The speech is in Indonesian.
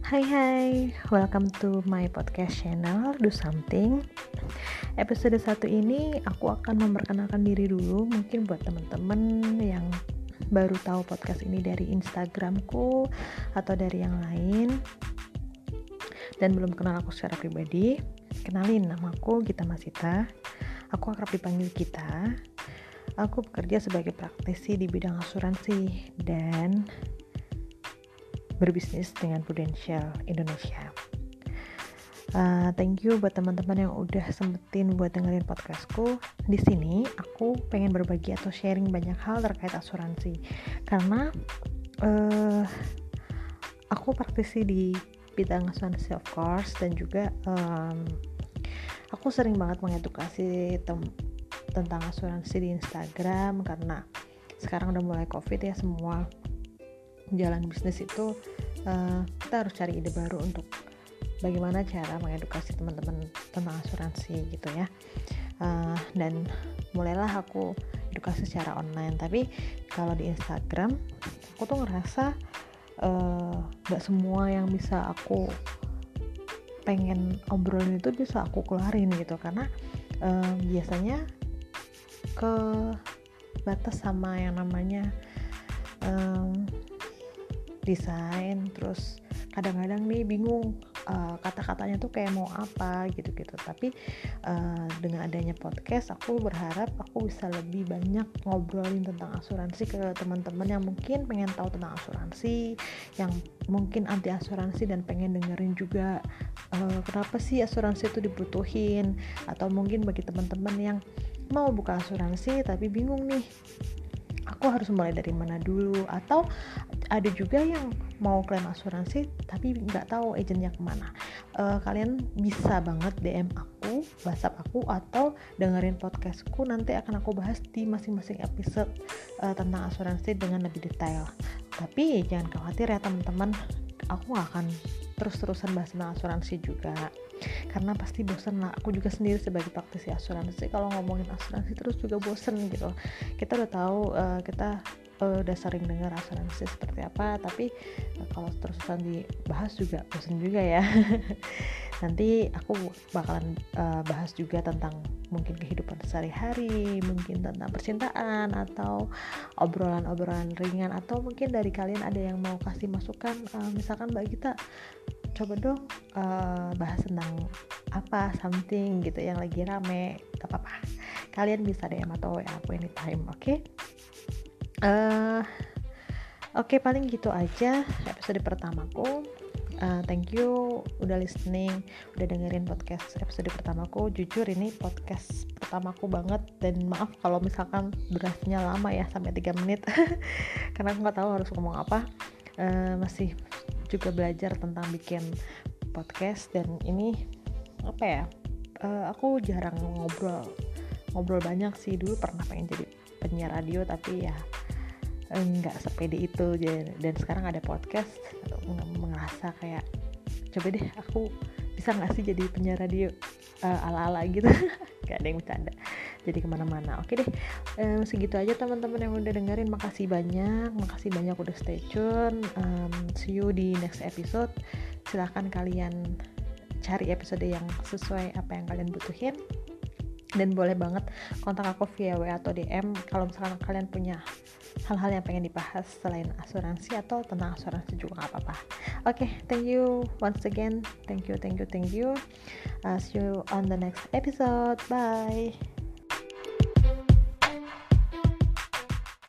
Hai, welcome to my podcast channel Do Something. Episode 1 ini aku akan memperkenalkan diri dulu. Mungkin buat teman-teman yang baru tahu podcast ini dari Instagramku atau dari yang lain dan belum kenal aku secara pribadi. Kenalin, namaku Gita Masita. Aku akrab dipanggil Gita. Aku bekerja sebagai praktisi di bidang asuransi dan berbisnis dengan Prudential Indonesia. Thank you buat teman-teman yang udah sempetin buat dengerin podcastku. Di sini aku pengen berbagi atau sharing banyak hal terkait asuransi. Karena aku praktisi di bidang asuransi of course, dan juga aku sering banget mengedukasi tentang asuransi di Instagram karena sekarang udah mulai COVID ya, semua jalan bisnis itu kita harus cari ide baru untuk bagaimana cara mengedukasi teman-teman tentang asuransi gitu ya. Dan mulailah aku edukasi secara online. Tapi kalau di Instagram aku tuh ngerasa gak semua yang bisa aku pengen obrolin itu bisa aku keluarin gitu, karena biasanya ke batas sama yang namanya desain, terus kadang-kadang nih bingung kata-katanya tuh kayak mau apa gitu-gitu. Tapi dengan adanya podcast aku berharap aku bisa lebih banyak ngobrolin tentang asuransi ke teman-teman yang mungkin pengen tahu tentang asuransi, yang mungkin anti asuransi dan pengen dengerin juga kenapa sih asuransi itu dibutuhin, atau mungkin bagi teman-teman yang mau buka asuransi tapi bingung nih aku harus mulai dari mana dulu, atau ada juga yang mau klaim asuransi tapi nggak tahu agennya kemana. Kalian bisa banget DM aku, WhatsApp aku, atau dengerin podcastku. Nanti akan aku bahas di masing-masing episode tentang asuransi dengan lebih detail. Tapi jangan khawatir ya teman-teman, aku nggak akan terus-terusan bahas tentang asuransi juga, karena pasti bosan lah. Aku juga sendiri sebagai praktisi asuransi kalau ngomongin asuransi terus juga bosan gitu. Kita udah tahu, kita udah sering dengar asuransi seperti apa, tapi kalau terus-terusan dibahas juga bosan juga ya. Nanti aku bakalan bahas juga tentang mungkin kehidupan sehari-hari, mungkin tentang percintaan, atau obrolan-obrolan ringan, atau mungkin dari kalian ada yang mau kasih masukan, misalkan Mbak Gita coba dong bahas tentang apa, something gitu yang lagi rame, gak apa-apa, kalian bisa DM atau WA aku anytime. Oke, paling gitu aja episode pertamaku. Thank you udah listening, udah dengerin podcast episode pertamaku. Jujur ini podcast pertamaku banget, dan maaf kalau misalkan durasinya lama ya, sampai 3 menit karena aku gak tahu harus ngomong apa. Masih juga belajar tentang bikin podcast, dan ini apa ya, aku jarang ngobrol banyak sih. Dulu pernah pengen jadi penyiar radio tapi ya nggak sepede itu, dan sekarang ada podcast ngerasa kayak coba deh aku bisa nggak sih jadi penyiar radio ala-ala gitu. Gak ada yang bercanda, jadi kemana-mana. Oke deh, segitu aja teman-teman yang udah dengerin. Makasih banyak udah stay tune. See you di next episode. Silahkan kalian cari episode yang sesuai apa yang kalian butuhin, dan boleh banget kontak aku via WA atau DM kalau misalkan kalian punya hal-hal yang pengen dibahas selain asuransi atau tentang asuransi juga gak apa-apa. Oke, thank you once again. Thank you. See you on the next episode. Bye.